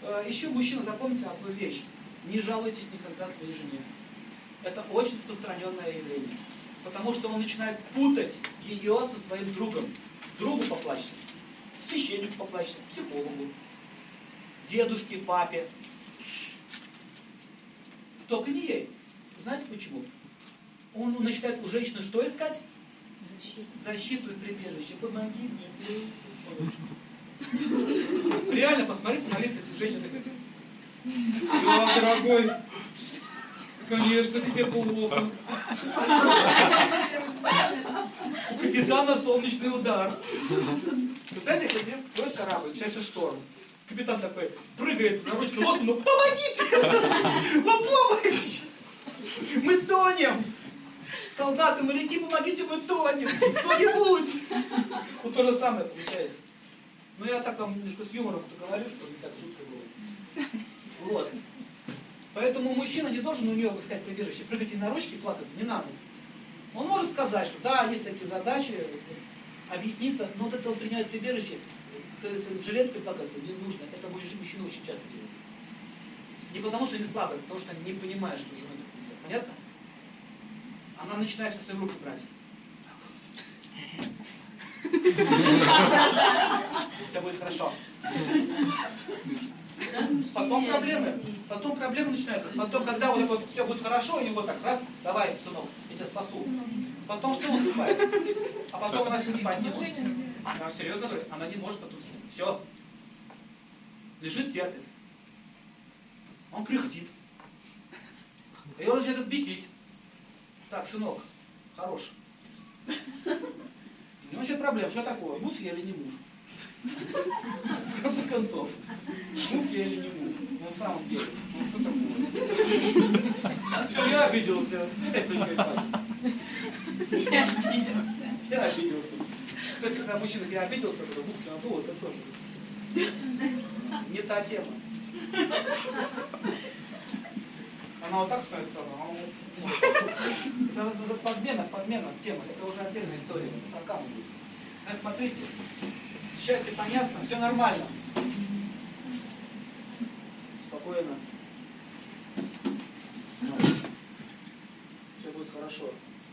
Еще, мужчина, запомните одну вещь. Не жалуйтесь никогда своей жене. Это очень распространенное явление. Потому что он начинает путать ее со своим другом. Другу поплачется, священнику поплачется, психологу, дедушке, папе. Только не ей. Знаете почему? Он начинает у женщины что искать? Защиту и прибежище. Помоги мне. Реально, посмотрите на лица этих женщин. Да, дорогой, конечно, тебе плохо. У капитана солнечный удар. Представляете, где плывет корабль, начинается шторм. Капитан такой прыгает на ручку лодки, ну помогите! На помощь! Мы тонем! Солдаты, моряки, помогите, мы тонем! Кто-нибудь! Вот то же самое получается. Но я так вам немножко с юмором говорю, что не так жутко было. Вот. Поэтому мужчина не должен у нее искать прибежище, прыгать ей на ручки и плакаться, не надо. Он может сказать, что да, есть такие задачи, объясниться, но вот это вот принять прибежище, жилеткой плакаться не нужно. Это мужчины очень часто делают. Не потому что они слабые, а потому что они не понимают, что жена так нельзя. Понятно? Она начинает все в руки брать. Все будет хорошо. Потом проблемы начинаются. Потом, когда вот это вот все будет хорошо, и вот так раз, давай, сынок, я тебя спасу. Потом что наступает? А потом она с ним спать не может. Она серьезно говорит, она не может потом с ним. Все. Лежит, терпит. Он кряхтит. И он начинает бесить. Так, сынок, хорош. У него начинает проблема. Что такое? Муж я или не муж? В конце концов. Муж я или не муж? Ну, на самом деле. Ну, кто такой? Все, я обиделся. Я обиделся. Кстати, когда мужчина тебя обиделся, то муж надул, это тоже не та тема. Она вот так становится, это подмена темы, это уже отдельная история. Смотрите, счастье понятно, все нормально. Спокойно. Все будет хорошо.